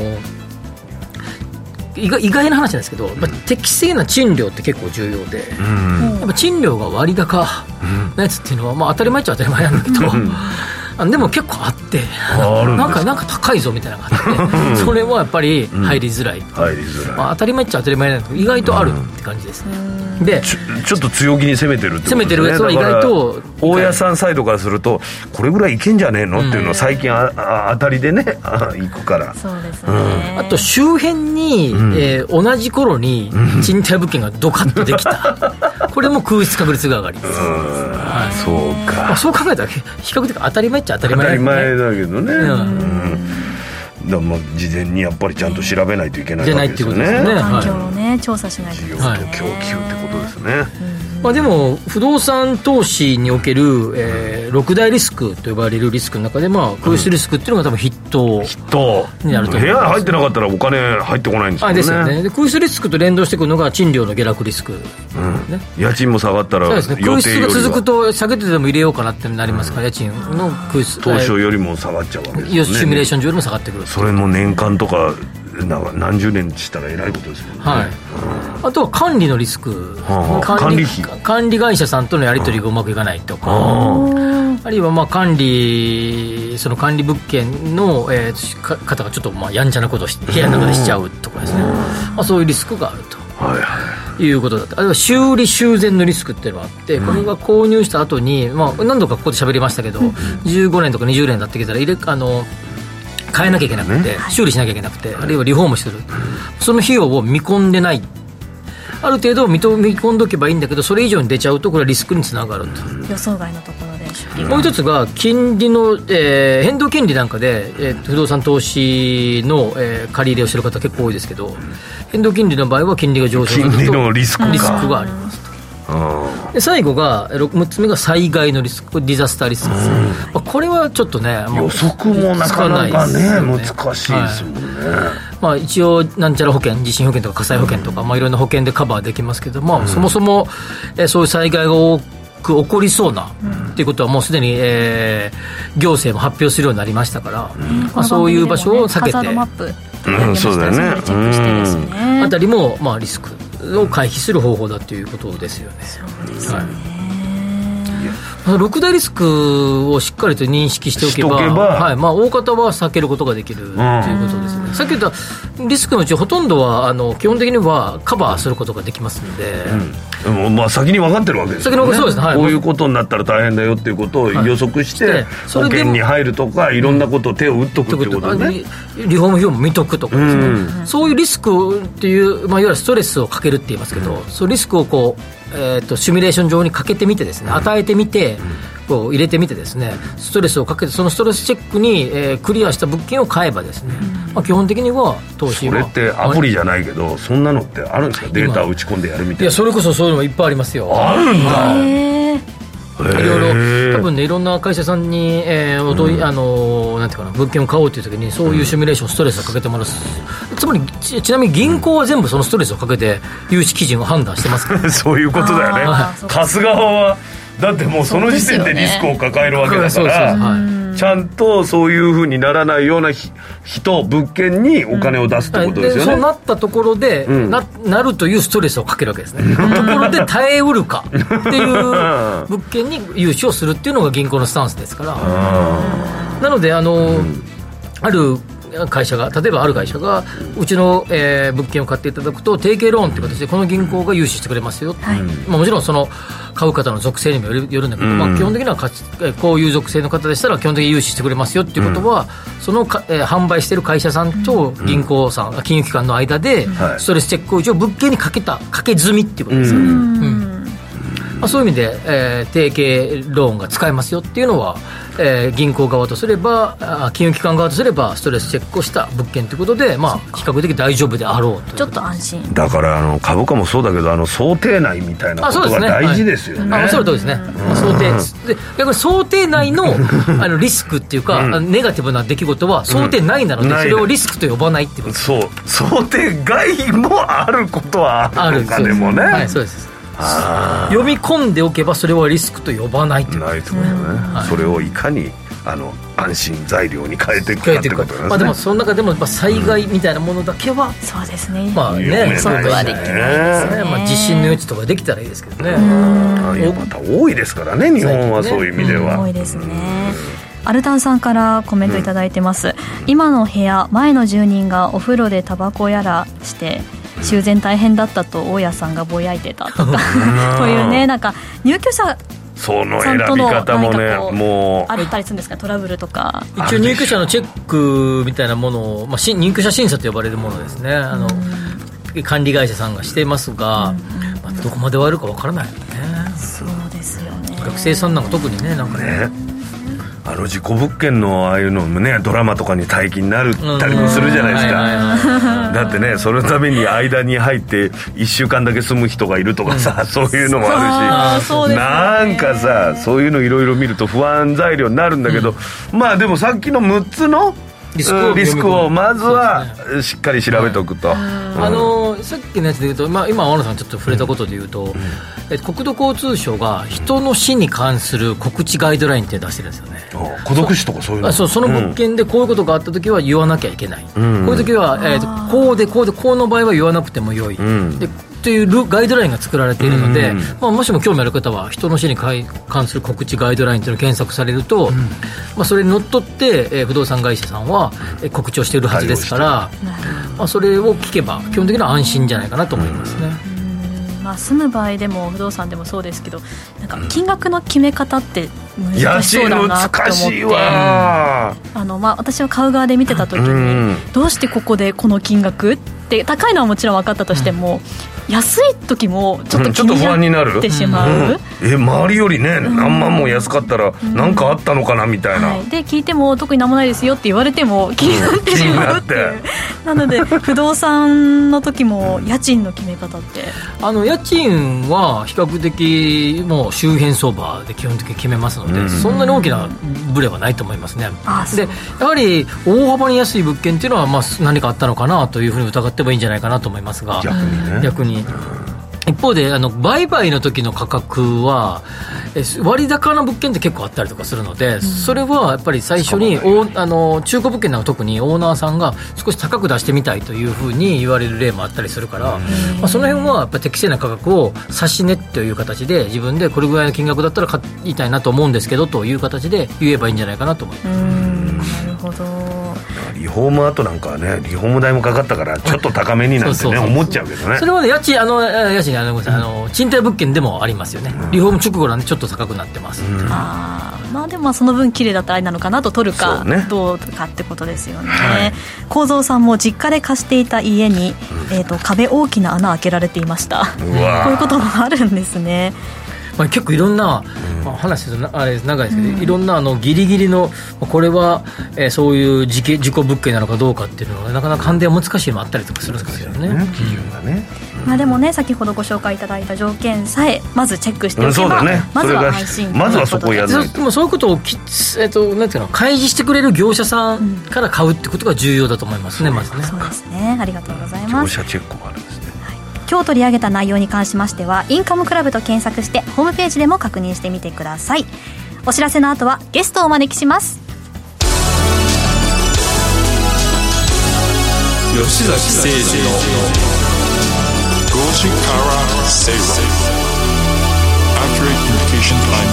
意外、意外な話なんですけど、まあ、適正な賃料って結構重要で、うん、やっぱ賃料が割高なやつっていうのは、まあ、当たり前っちゃ当たり前なんだけど、うんあでも結構あってなんかなんか高いぞみたいなのがあってそれはやっぱり入りづらい、うん、 入りづらい、 まあ、当たり前っちゃ当たり前なんだけど意外とあるって感じですね、うん、で ち, ちょっと強気に攻めてるってことですね。 攻めてるやつは意外と大家さんサイドからするとこれぐらいいけんじゃねえのっていうのを最近ああ当たりでね行くからそうですね、 うん、あと周辺に、うんえー、同じ頃に賃貸物件がドカッとできたこれも空室確率が上がります、 うんはい、そうか、 まあ、そう考えたら比較的当たり前っちゃ当たり前だ、ね、 当たり前だけどね、うんうん、だからまあ事前にやっぱりちゃんと調べないといけないわけですよね。 環境をね調査しないと需要と供給ってことですね、はいまあ、でも不動産投資における、えー、ろく大リスクと呼ばれるリスクの中で、まあ、空室リスクっていうのが多分筆頭になると思います。 部屋入ってなかったらお金入ってこないんですよね。あですよね。で空室リスクと連動してくるのが賃料の下落リスク、ねうん、家賃も下がったらそうですね、空室が続くと下げてでも入れようかなってなりますから、うん、家賃の空室当初よりも下がっちゃうわけですよね。 シミュレーション上よりも下がってくる。 それも年間とか何十年したらえらいことですもんね、 はいうん、あとは管理のリスク、 はあ、 管理管理費管理会社さんとのやり取りがうまくいかないとか、ああるいはまあ管理その管理物件の、えー、方がちょっとまあやんちゃなことを部屋の中でしちゃうとかですね、まあ、そういうリスクがあると、はいはい、いうことだった。あるいは修理修繕のリスクっていうのがあって、これが購入した後に、まあ、何度かここで喋りましたけど、じゅうごねんとかにじゅうねん経ってきたら入れあの変えなきゃいけなくて、修理しなきゃいけなくて、あるいはリフォームする、その費用を見込んでない、ある程度見込んでおけばいいんだけど、それ以上に出ちゃうとこれはリスクにつながると。 予想外のところでもう一つが金利の、えー、変動金利なんかで、えー、不動産投資の、えー、借り入れをしている方結構多いですけど、変動金利の場合は金利が上昇すると金利のリスクかリスクがありますと。で最後がむっつめが災害のリスク、ディザスターリスクです、まあ、これはちょっとねもう予測もなかなかね難しいですもんね、はい、 まあ、一応なんちゃら保険、地震保険とか火災保険とか、まあ、いろんな保険でカバーできますけど、まあ、そもそも、えー、そういう災害が多く起こりそうな、うん、っていうことはもうすでに、えー、行政も発表するようになりましたから、うんまあ、そういう場所を避けて、 ハザードマップうん、そうだよね、 チェックしてですね、 あたりも、まあ、リスクを回避する方法だということですよね。 そうですね、はい、 ろく大リスクをしっかりと認識しておけば、はい、まあ、大方は避けることができるということですね。さっき言ったリスクのうちほとんどはあの基本的にはカバーすることができますので、 うん、でもまあ先に分かってるわけですよね。 先に分かそうですね、はい、 こういうことになったら大変だよっていうことを予測して、はい、保険に入るとかいろんなことを手を打っとくっていうことですね、 うん、リフォーム費用も見とくとかですね、うん、そういうリスクっていう、まあ、いわゆるストレスをかけるって言いますけど、うん、そういうリスクをこう、えー、とシミュレーション上にかけてみてですね、与えてみて、こう入れてみてですね、ストレスをかけてそのストレスチェックに、えー、クリアした物件を買えばですね、まあ、基本的には投資はそれってアプリじゃないけどそんなのってあるんですか、データを打ち込んでやるみたいな。 いやそれこそそういうのもいっぱいありますよ。 あるんだ。 へー、 いろいろ多分ね、いろんな会社さんに、えーおどいうん、あのなんていうかな、物件を買おうという時にそういうシミュレーション、ストレスをかけてもらう、うん、つまり ち, ちなみに銀行は全部そのストレスをかけて融資基準を判断してますから、ね、 そういうことだよね。貸す側はだってもうその時点でリスクを抱えるわけだから、ちゃんとそういう風にならないような人、物件にお金を出すってことですよね、うん、でそうなったところで、うん、な, なるというストレスをかけるわけですねところで耐えうるかっていう物件に融資をするっていうのが銀行のスタンスですからなのであの、うん、ある会社が、例えばある会社がうちの、えー、物件を買っていただくと提携ローンという形でこの銀行が融資してくれますよ、はいまあ、もちろんその買う方の属性にもよる、よるんだけど、うんまあ、基本的にはこういう属性の方でしたら基本的に融資してくれますよっていうことは、うん、そのか、えー、販売している会社さんと銀行さん、うん、金融機関の間でストレスチェックを一応物件にかけたかけ済みっていうことですよね、うんうんまあ、そういう意味で、えー、提携ローンが使えますよっていうのは、えー、銀行側とすれば金融機関側とすればストレスチェックをした物件ということで、まあ、比較的大丈夫であろうというちょっと安心だからあの株価もそうだけどあの想定内みたいなことが大事ですよね。 あ、そうですね、はい、まあ、想定で逆に想定内 の, あのリスクっていうか、うん、ネガティブな出来事は想定内なので、うん、それをリスクと呼ばないっていうことです。 そう想定外もあることはあるのかでもね、 はい、そうです。読み込んでおけばそれはリスクと呼ばないというないと思うよね、うんはい、それをいかにあの安心材料に変えていくかってことなんですね。 まあ、でもその中でもやっぱ災害みたいなものだけは、うん、 そうですね、 まあね、 そうはできないですね、 まあ、地震の余地とかできたらいいですけどね。 ああいう方多いですからね日本はそういう意味では、 うん、多いですね。アルタンさんからコメントいただいてます、うん、今の部屋前の住人がお風呂でタバコやらして修繕大変だったと大家さんがぼやいてたとかというね、なんか入居者その選び方もねもうあったりするんですか、トラブルとか。 一応入居者のチェックみたいなものを、まあ、入居者審査と呼ばれるものですね、あの管理会社さんがしていますが、まあ、どこまで終わるかわからないよね。 そうですよね。 学生さんなんか特にね、なんかね、ねあの事故物件のああいうのもねドラマとかに大金になるったりもするじゃないですか。だってねそのために間に入っていっしゅうかんだけ住む人がいるとかさ、うん、そういうのもあるし、 あ、ね、 なんかさそういうのいろいろ見ると不安材料になるんだけど、うん、まあでもさっきのむっつのリスクを、リスクをまずはしっかり調べておくと、はい、 うん、あのさっきのやつで言うと、まあ、今天野さんちょっと触れたことで言うと、うん、え国土交通省が人の死に関する告知ガイドラインって出してるんですよね。 孤独死とかそういうの、 そ, その物件でこういうことがあったときは言わなきゃいけない、うん、こういうときは、えー、こうでこうでこうの場合は言わなくてもよい、うん、でというガイドラインが作られているので、まあ、もしも興味ある方は人の死に関する告知ガイドラインというのを検索されると、うんまあ、それにのっとって、えー、不動産会社さんは告知をしているはずですから、まあ、それを聞けば基本的には安心じゃないかなと思いますね。 うん、まあ、住む場合でも不動産でもそうですけど、なんか金額の決め方って難しそうだなって思って、あの、まあ、私は買う側で見てた時に、うん、どうしてここでこの金額って高いのはもちろん分かったとしても、うん、安い時もちょっと気になってしまう、うんうん、 え周りよりね何万も安かったら何かあったのかなみたいな、 はい、で聞いても特に何もないですよって言われても気になってしまうっていう、うん、なので不動産の時も家賃の決め方ってあの家賃は比較的もう周辺相場で基本的に決めますので、うん、そんなに大きなブレはないと思いますね。ああでやはり大幅に安い物件っていうのはまあ何かあったのかなというふうに疑ってもいいんじゃないかなと思いますが、 逆にね、 逆に一方であの売買の時の価格は割高な物件って結構あったりとかするので、うん、それはやっぱり最初におあの中古物件なんか特にオーナーさんが少し高く出してみたいというふうに言われる例もあったりするから、うんまあ、その辺はやっぱ適正な価格を指し値という形で自分でこれぐらいの金額だったら買いたいなと思うんですけどという形で言えばいいんじゃないかなと思います。うんなるほど。 リフォーム後なんかはねリフォーム代もかかったからちょっと高めになんてね思っちゃうけどね。 それはね家賃あの家賃あの、うん、あの賃貸物件でもありますよね、うん、リフォーム直後なんでちょっと高くなってます、うん、 あまあでもその分綺麗だったらあれなのかなと取るか、ね、どうかってことですよね、はい、構造さんも実家で貸していた家に、うんえー、と壁大きな穴開けられていました。うわこういうこともあるんですね。 まあ、結構いろんな、うんまあ、話するとあれ長いですけど、うん、いろんなあのギリギリのこれは、えー、そういう事件事故物件なのかどうかっていうのはなかなか鑑定は難しいのもあったりとかするんですよね、基準がね。 まあ、でもね先ほどご紹介いただいた条件さえまずチェックしておけば、うんね、まずは安心まずはそこをやらないと。 でもそういうことをき、えー、となんていうの開示してくれる業者さんから買うってことが重要だと思いますね、うん、まずね。 そうですね、ありがとうございます。 業者チェックもあるんですね。 今日取り上げた内容に関しましてはインカムクラブと検索してホームページでも確認してみてください。お知らせの後はゲストをお招きします。 吉崎誠二のごじから正論 Accurate Communication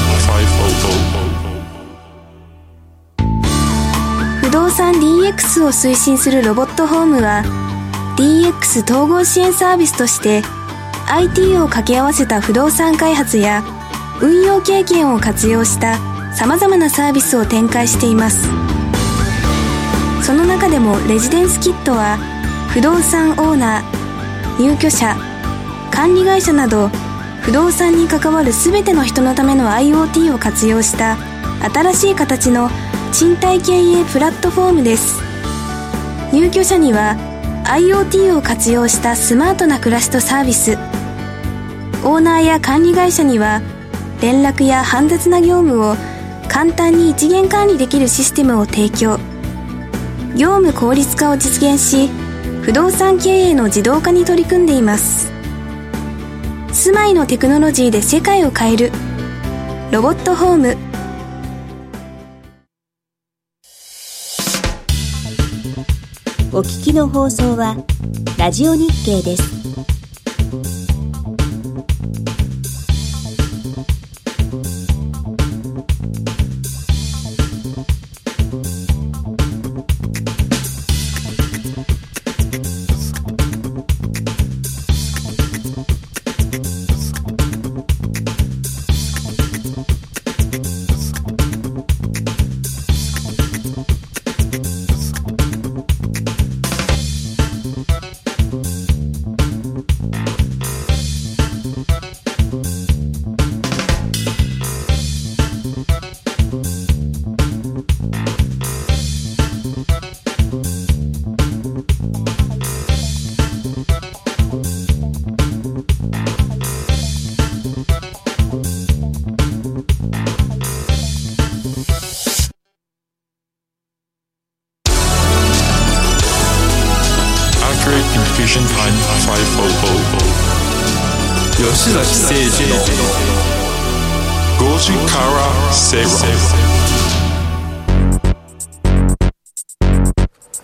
Time ごひゃく。 不動産 ディーエックス を推進するロボットホームは ディーエックス 統合支援サービスとして アイティー を掛け合わせた不動産開発や運用経験を活用したさまざまなサービスを展開しています。その中でもレジデンスキットは不動産オーナー、入居者、管理会社など不動産に関わる全ての人のための アイオーティー を活用した新しい形の賃貸経営プラットフォームです。入居者には アイオーティー を活用したスマートな暮らしとサービス、オーナーや管理会社には連絡や煩雑な業務を簡単に一元管理できるシステムを提供、業務効率化を実現し不動産経営の自動化に取り組んでいます。住まいのテクノロジーで世界を変えるロボットホーム。 お聞きの放送はラジオ日経です。 吉崎誠二のごじから正論。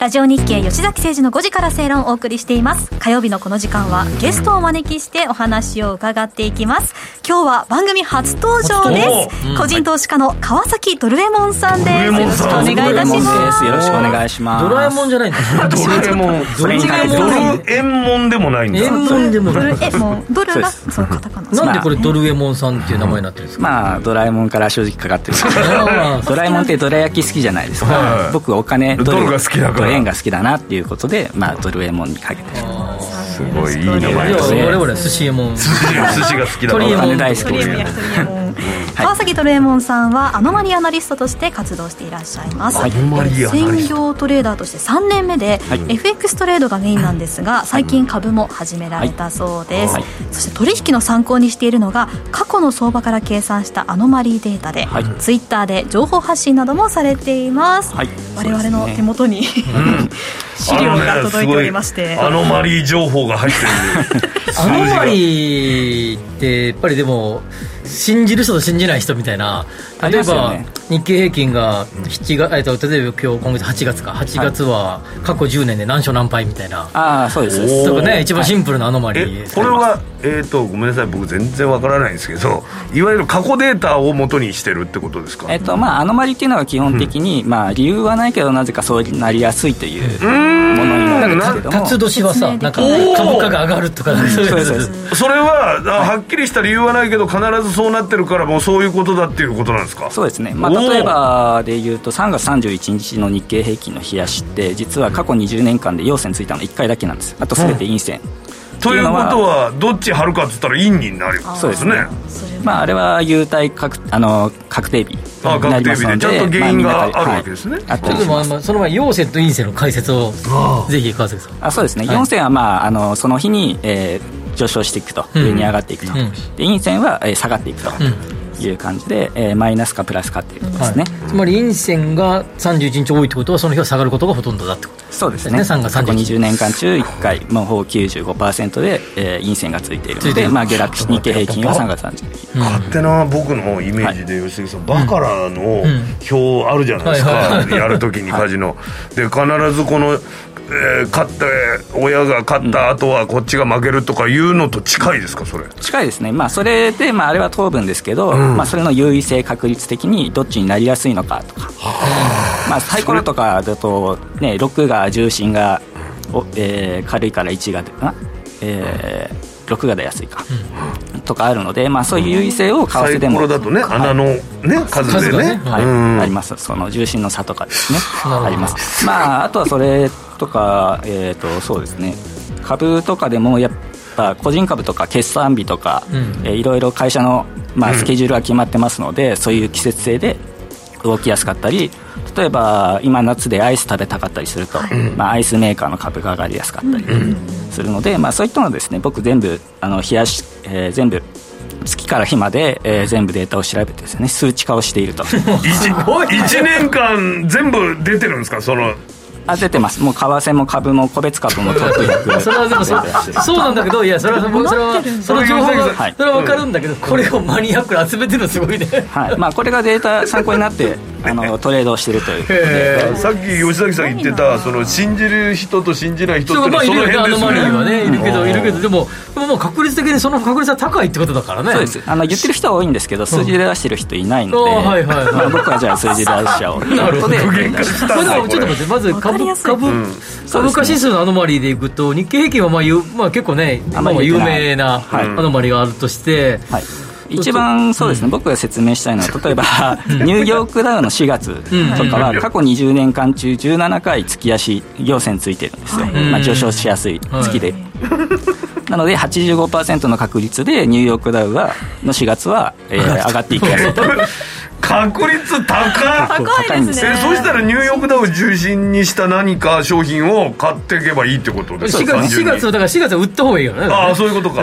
ラジオ日経吉崎誠二のごじから正論をお送りしています。火曜日のこの時間はゲストをお招きしてお話を伺っていきます。今日は番組初登場です、うん、個人投資家の川崎ドルエモンさんです。よろしくお願いいたします。 よろしくお願いします。 ドラえもんじゃないんですか？ ドルエモンドルエモンでもないんだ。 エモンでもない。 ドルエモンドルがそのカタカナ。 なんでこれドルエモンさんっていう名前になってるんですか？ まあドラえもんから正直かかってるドラえもんってどら焼き好きじゃないですか、はい、僕お金ドルが好きだから円が好きだなっていうことで、まあ、ドルエモンにかけてる。 すごいいい名前ですね。 我々寿司エモン寿司が好きだからトリエモン大好きです川崎ドルエモンさんはアノマリアナリストとして活動していらっしゃいます、はい、専業トレーダーとしてさんねんめで、はい、エフエックス トレードがメインなんですが、最近株も始められたそうです、はいはい、そして取引の参考にしているのが過去の相場から計算したアノマリーデータで、はい、ツイッターで情報発信などもされています、はい、我々の手元に、うん、資料が届いておりまして、 アノマリー情報が入ってるアノマリーってやっぱりでも信じる人と信じない人みたいな、例えば、ね、日経平均がしちがつ、えっと、例えば今日今月はちがつかはちがつは過去じゅうねんで何勝何敗みたいな、 ああそうですとかね、一番シンプルなアノマリー、 はい、これは、えー、とごめんなさい僕全然わからないんですけど、いわゆる過去データを元にしてるってことですか？ えっとまあ、アノマリーっていうのは基本的に、うんまあ、理由はないけどなぜかそうなりやすいというものになるんですけども、 辰年はさなんか株価が上がるとか、うん、そうです 。それははっきりした理由はないけど必ずそうなってるからもうそういうことだっていうことなんですか？ そうですね、まあ、例えばでいうとさんがつさんじゅういちにちの日経平均の冷やしって実は過去にじゅうねんかんで陽線ついたのいっかいだけなんです。あと全て陰線、うん、 ということはどっち張るかって言ったら陰になるよ。 そうですね、まあ、あれは優待確あの確定日になりますので、 ちゃんと原因があるわけですね、 はい、 ちょっとまあまあその前陽線と陰線の解説をぜひ川崎さん。 あそうですね、はい、陽線は、まあ、あのその日に、えー、上昇していくと、うん、上に上がっていくと、うん、で陰線は、えー、下がっていくと、うんいう感じで、えー、マイナスかプラスかっていうことですね、 はい、つまり陰線がさんじゅういちにち多いってことはその日は下がることがほとんどだってことですね。 そうですね、 さんがつさんじゅういちにち過去にじゅうねんかん中いっかい、まあ、ほぼ きゅうじゅうごパーセント で、えー、陰線がついているので、まあ、下落日経平均はさんがつさんじゅういちにち、 うん、勝手な僕のイメージで吉杉さん、バカラの表あるじゃないですか、やるときにカジノ、はい、で必ずこのえー、勝って親が勝った後はこっちが負けるとかいうのと近いですか？それ近いですね、まあ、それで、まあ、あれは糖分ですけど、うんまあ、それの優位性確率的にどっちになりやすいのかとか、まあ、サイコロとかだと、ね、ろくが重心が、えー、軽いからいちが出な、えー、ろくが出やすいか、うん、とかあるので、まあ、そういう優位性を為替でもサイコロだとね、穴の、ね、数でね、 はいはい、あります。その重心の差とかですねあります。まあ、あとはそれとか、えー、とそうですね、株とかでもやっぱ個人株とか決算日とか、うんえー、いろいろ会社の、まあ、スケジュールが決まってますので、うん、そういう季節性で動きやすかったり、例えば今夏でアイス食べたかったりすると、うんまあ、アイスメーカーの株が上がりやすかったりするので、うんまあ、そういったのですね、僕全部あの冷やし、えー、全部月から日まで、えー、全部データを調べてですね、数値化をしているといち, いちねんかん全部出てるんですか？そのあ出てます。もう為替も株も個別株もトップひゃくそれはでも そ, そうなんだけど、いやそれはそれはその情報が、はい、それは分かるんだけど、これをマニアックに集めてるのすごいね、 はいまあ、これがデータ参考になってあのトレードをしているというさっき吉崎さん言ってたその信じる人と信じない人ってのはその辺ですよね。 アノマリーはねいるけどいるけどでもでももう確率的にその確率は高いってことだからね。 そうです。あの言ってる人は多いんですけど数字で出してる人いないので、うんはいはいはいまあ、僕はじゃあ数字で出しちゃおうということでまあ、でもちょっと待って、まず株株、うん、株価指数のアノマリーでいくと日経平均はまあ、まあ、結構ねまあ有名なアノマリーがあるとして、はい、 一番そうですね、うん、僕が説明したいのは例えばニューヨークダウのしがつとかは過去にじゅうねんかん中じゅうななかい月足陽線ついてるんですよ、まあ、上昇しやすい月で、はい、なので はちじゅうごパーセント の確率でニューヨークダウはのしがつは、えー、上がっていきやすいと確率高高いですね。 そうしたらニューヨークダウを中心にした何か商品を買っていけばいいってことですか？ しがつはだからしがつは売った方がいいよね。 ああそういうことか。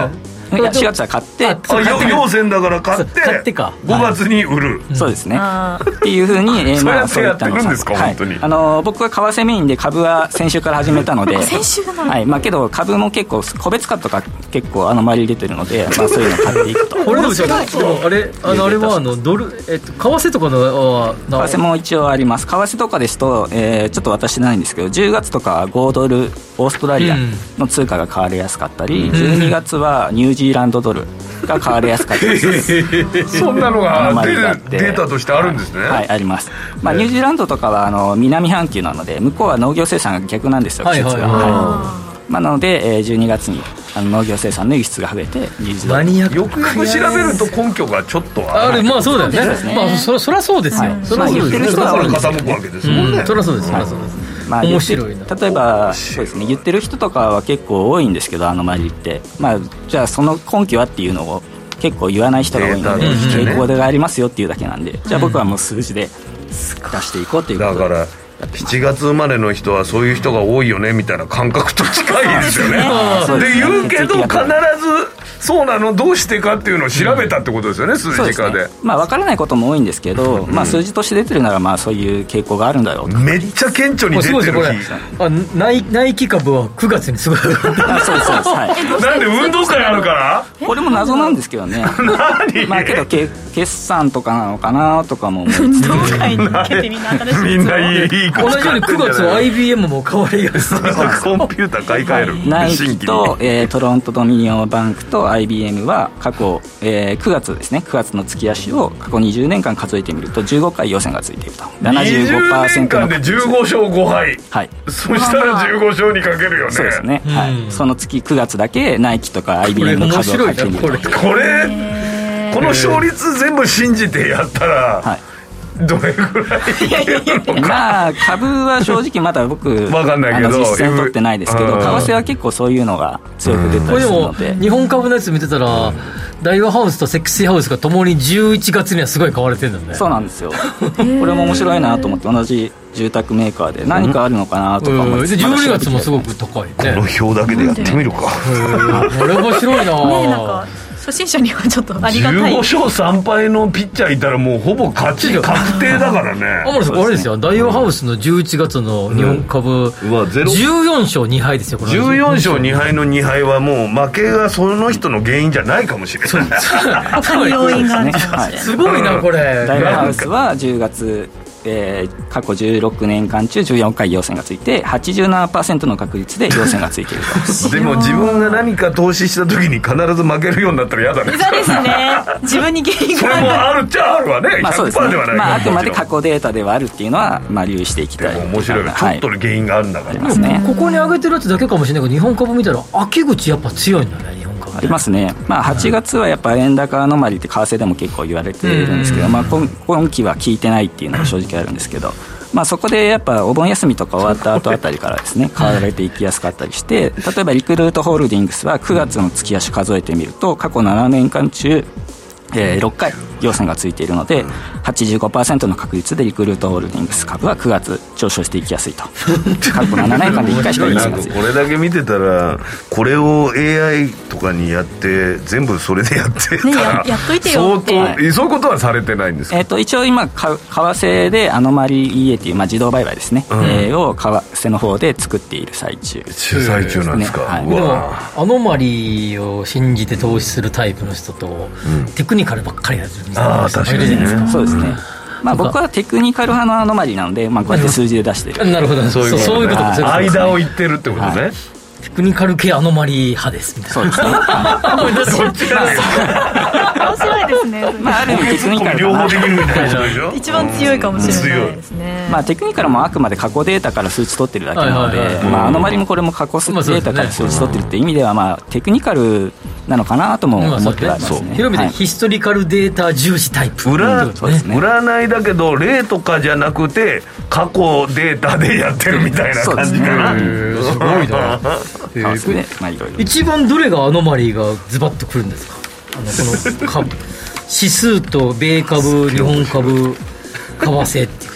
いやしがつは買ってあ陽線だから買って買ってかごがつに売る、 はい、そうですねっていうふうに、えー、 まあそうやってやってるんですか、 はい、 本当にあの僕は為替メインで株は先週から始めたので先週なの、 はいまあ、けど株も結構個別株とか結構あの周り出てるので、まあ、そういうのを買っていくとこれでもあれあのあれはあのドル、えっと、為替とかの為替も一応あります。為替とかですと、えー、ちょっと私ないんですけどじゅうがつとかごドルオーストラリアの通貨が買われやすかったり、うん、じゅうにがつはニュージーランドドルが買われやすかったりそんなのがデータとしてあるんですね。 はい、はい、あります、まあ、ニュージーランドとかはあの南半球なので向こうは農業生産が逆なんですよ、季節が、はいはいはいまあ、なので、えー、じゅうにがつにあの農業生産の輸出が増えてマニアックよくよく調べると根拠がちょっとあるあるまあそうだよね、ねまあ、そ, そりゃそうですよ、はい、そりゃそうです、ね、 だから傾くわけですもんね、 うん、そりゃそうですそりゃそうです、 まあ、面白いな。例えばそうですね、言ってる人とかは結構多いんですけどあの周りって、まあ、じゃあその根拠はっていうのを結構言わない人が多いので、傾向がありますよっていうだけなんで、じゃあ僕はもう数字で出していこうということで、 だからしちがつ生まれの人はそういう人が多いよねみたいな感覚と近いですよねで言うけど必ずそうなのどうしてかっていうのを調べたってことですよね、うん、数字化 で, で、ね、 まあ、分からないことも多いんですけど、うんまあ、数字として出てるならまあそういう傾向があるんだろうと。 めっちゃ顕著に出てる日あナイナイキ株はくがつにすごいあそうですそうです、 はい、なんで運動会あるからこれも謎なんですけどね何まあけど決算とかなのかなとかも運動会に向けてみんな新しいみんないいいい同じようにくがつは アイビーエム も変わりやすいコンピューター買い替える、はい、 ナイキと、えー、トロントドミニオンバンクと アイビーエム は過去、えー、くがつですねくがつの月足を過去にじゅうねんかん数えてみるとじゅうごかい陽線がついていると ななじゅうごパーセント のにじゅうねんかんでじゅうごしょうごはい、 はい、 そしたらじゅうごしょうにかけるよね。 そうですね、はい、その月くがつだけナイキとか アイビーエム の数を買ってみるとこれこの勝率全部信じてやったら、はいどれぐらいいけるのかまあ株は正直まだ僕分かんないけど実践取ってないですけど為替は結構そういうのが強く出たりするので、 これでも日本株のやつ見てたら大和ハウスとセクシーハウスがともにじゅういちがつにはすごい買われてるんだね。 そうなんですよこれも面白いなと思って同じ住宅メーカーで何かあるのかなとか思って、うん、 じゅうにがつもすごく高いね。 この表だけでやってみるかこれ面白いなねえなんか初心者にはちょっとありがたい。 じゅうごしょうさんぱいのピッチャーいたらもうほぼ勝ち確定だからね。 天野さんあれですよ、大和ハウスのじゅういちがつの日本株、うん、じゅうよんしょうにはいですよ。これじゅうよんしょうにはいのにはいはもう負けがその人の原因じゃないかもしれない他に要因があるかもしれない、 はい、すごいなこれ。 大和ハウスはじゅうがつえー、過去じゅうろくねんかん中じゅうよんかい陽線がついて はちじゅうななパーセント の確率で陽線がついているとでも自分が何か投資した時に必ず負けるようになったら嫌だね。 嫌ですね自分に原因がある。 それもあるっちゃあるわね。 まあそうですね、 ひゃくパーセントではない、 まあ、あくまで過去データではあるっていうのは、まあ、留意していきたい。 でも面白い、はい、ちょっと原因があるんだから、 ありますね。 ここに上げてるやつだけかもしれないけど日本株見たら秋口やっぱ強いんだね。日本株ありますね、まあ、はちがつはやっぱ円高アノマリって為替でも結構言われているんですけど、まあ、今, 今期は効いてないっていうのが正直あるんですけど、まあ、そこでやっぱお盆休みとか終わった後あたりからですね買われていきやすかったりして、例えばリクルートホールディングスはくがつの月足数えてみると過去ななねんかん中、えー、ろっかい陽線がついているので はちじゅうごパーセント の確率でリクルートホールディングス株はくがつ上昇していきやすいと過去ななねんかんでいっかいしか陽線がついている。 これだけ見てたらこれを エーアイ とかにやって全部それでやってたら、ね、 や, やっといてよって相当、はい、そういうことはされてないんですか。 えー、と一応今為替でアノマリ イーエー という、まあ、自動売買ですね、うんえー、を為替の方で作っている最中最中なんですか、ねはい、 でもアノマリを信じて投資するタイプの人と、うん、テクニカルばっかりやる人ああ確かにね。 そうですね、まあ、僕はテクニカル派のアノマリなので、まあ、こうやって数字で出してる。 なるほど、そういうこと、そういうことです。 間を言ってるってことね、はい、 テクニカル系アノマリ派ですみたいな。 そうですねそっちなんです面白いですね、 まあ、ある意味テクニカル両方できるみたいなでしょ。 一番強いかもしれないですね、 まあ、テクニカルもあくまで過去データから数値取ってるだけなので、まあ、アノマリもこれも過去データから数値取ってるっていう意味では、まあ、テクニカルなのかなとも思ってはいますね。 広めてヒストリカルデータ重視タイプ、 占、ね、占いだけど例とかじゃなくて過去データでやってるみたいな感じかな。 すごいなえーねまあ、いろいろ一番どれがアノマリーがズバッとくるんですか。あのこの株指数と米株日本株為替っていうと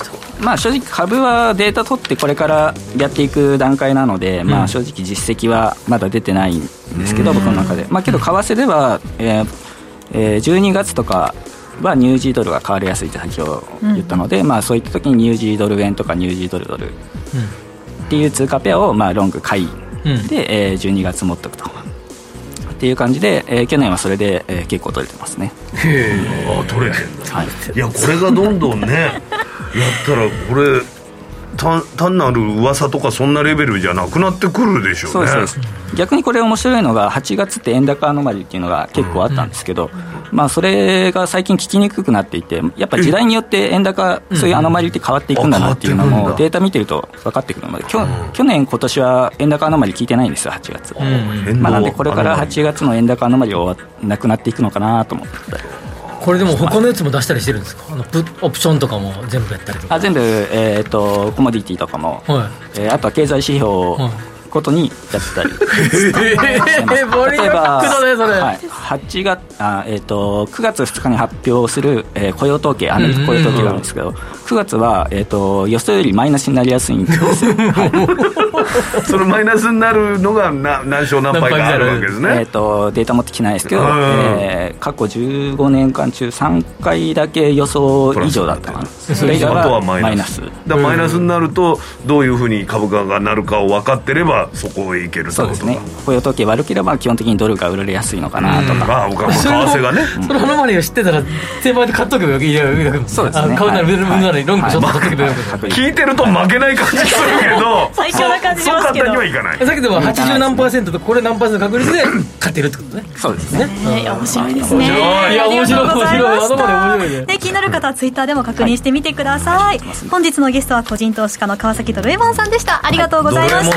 まあ、正直株はデータ取ってこれからやっていく段階なので、うん、まあ、正直実績はまだ出てないんですけど、僕の中で、まあ、けど為替では、えーえー、じゅうにがつとかはニュージードルが買われやすいって先ほど言ったので、うん、まあ、そういった時にニュージードル円とかニュージードルドルっていう通貨ペアをまあロング買いで、えー、じゅうにがつ持っておくとっていう感じで、えー、去年はそれで、えー、結構取れてますね。 へー、取れてる、はい、いやこれがどんどんねやったらこれ単, 単なる噂とかそんなレベルじゃなくなってくるでしょうね。 そうです。逆にこれ面白いのがはちがつって円高アノマリっていうのが結構あったんですけど、うん、まあ、それが最近聞きにくくなっていて、やっぱ時代によって円高そういうアノマリって変わっていくんだなっていうのもデータ見てると分かってくるので、きょ去年今年は円高アノマリ聞いてないんですよはちがつ、うん、まあ、なんでこれからはちがつの円高アノマリはなくなっていくのかなと思って。 これでも他のやつも出したりしてるんですか？あのオプションとかも全部やったりとか。 あ、全部、えー、とコモディティとかも、はい、えー、あとは経済指標ごとにやってたり、はい、例えば、はい、はちがつあ、えー、とくがつふつかに発表する、えー、雇用統計、アメリカ雇用統計があるんですけど、くがつは、えー、と予想よりマイナスになりやすいんですよ、はい、 そのマイナスになるのがな何勝何敗かあるわけですね。 えー、とデータ持ってきてないですけど、えー、過去じゅうごねんかん中さんかいだけ予想以上だったかな。それ以外はマイナスだマイナスになるとどういうふうに株価がなるかを分かってればそこへ行けるってことか。 そうですね。雇用統計悪ければ基本的にドルが売られやすいのかなとか、 ああ、為替がね、 そのアノマリを知ってたら先輩で買っとけばいいよ。 そうですね。 買うなら売るならロングショット買っとけばいいよ。 聞いてると負けない感じするけど最強な感じしますけど、 そう簡単にはいかない。 さっきでもはちじゅうなんパーセントとこれ何パーセント確率で買ってるってことね。 そうですね。 いや面白いですね。 いや面白い面白い。アノマリ面白いね。 気になる方はツイッターでも確認してみてください。本日のゲストは個人投資家の川崎ドルエモンさんでした。ありがとうございました。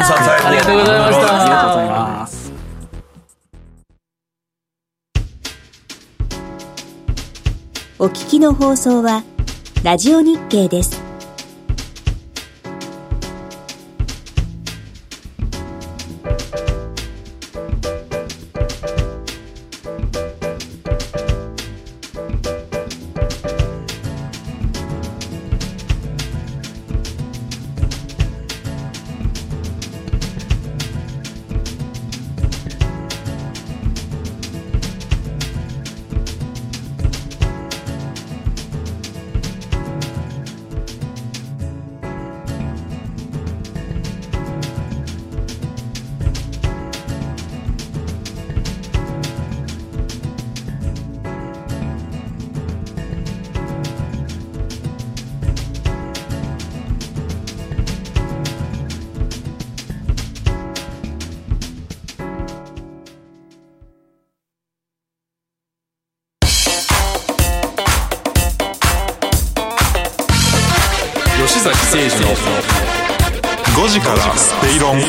ありがとうございました。 ありがとうございます。 お聞きの放送はラジオ日経です。 吉崎誠二のごじからスペイロン。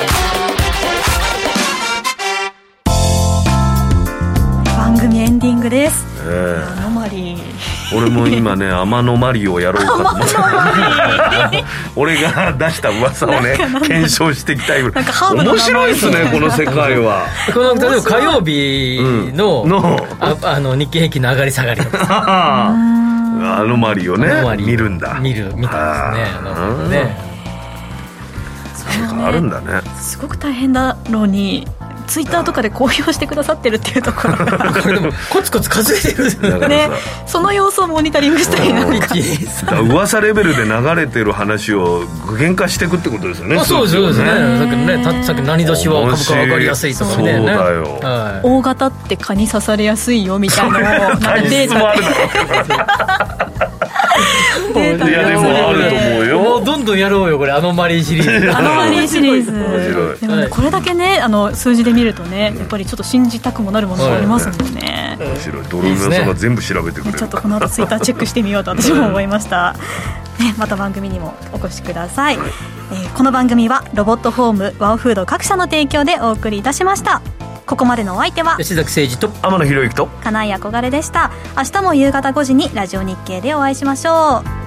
番組エンディングです。 えー、 アノマリー。 俺も今ねアマノマリをやろうかと思って俺が出した噂をね検証していきたいぐらい。面白いですねこの世界は。 この例えば火曜日の、うん、の あ, あの日経平均の上がり下がりとかアノマリをね見るんだ。 見る見たんですね。なるほどね。 なんかあるんだね。 すごく大変だろうにツイッターとかで公表してくださってるっていうところがこれでもコツコツ稼いでるんだからね。その様子をモニタリングしたりなんか噂レベルで流れてる話を具現化していくってことですよね。 あ、そうですそうですね。さっきねたさっき何年は株価上がりやすいとかね。 そうだよ、 はい、大型って蚊に刺されやすいよみたいなのをなんかデータでいやでもあると思うよ。 もうどんどんやろうよこれアノマリーシリーズ。 アノマリーシリーズでも、ね、これだけねあの数字で見るとねやっぱりちょっと信じたくもなるものがありますもんね。 面白い。ドルの良さが全部調べてくれる。 ちょっとこの後ツイッターチェックしてみようと私も思いましたね。また番組にもお越しください、はい。えー、この番組はロボットホームワオフード各社の提供でお送りいたしました。ここまでのお相手は吉崎誠二と天野博之と金井憧れでした。明日も夕方ごじにラジオ日経でお会いしましょう。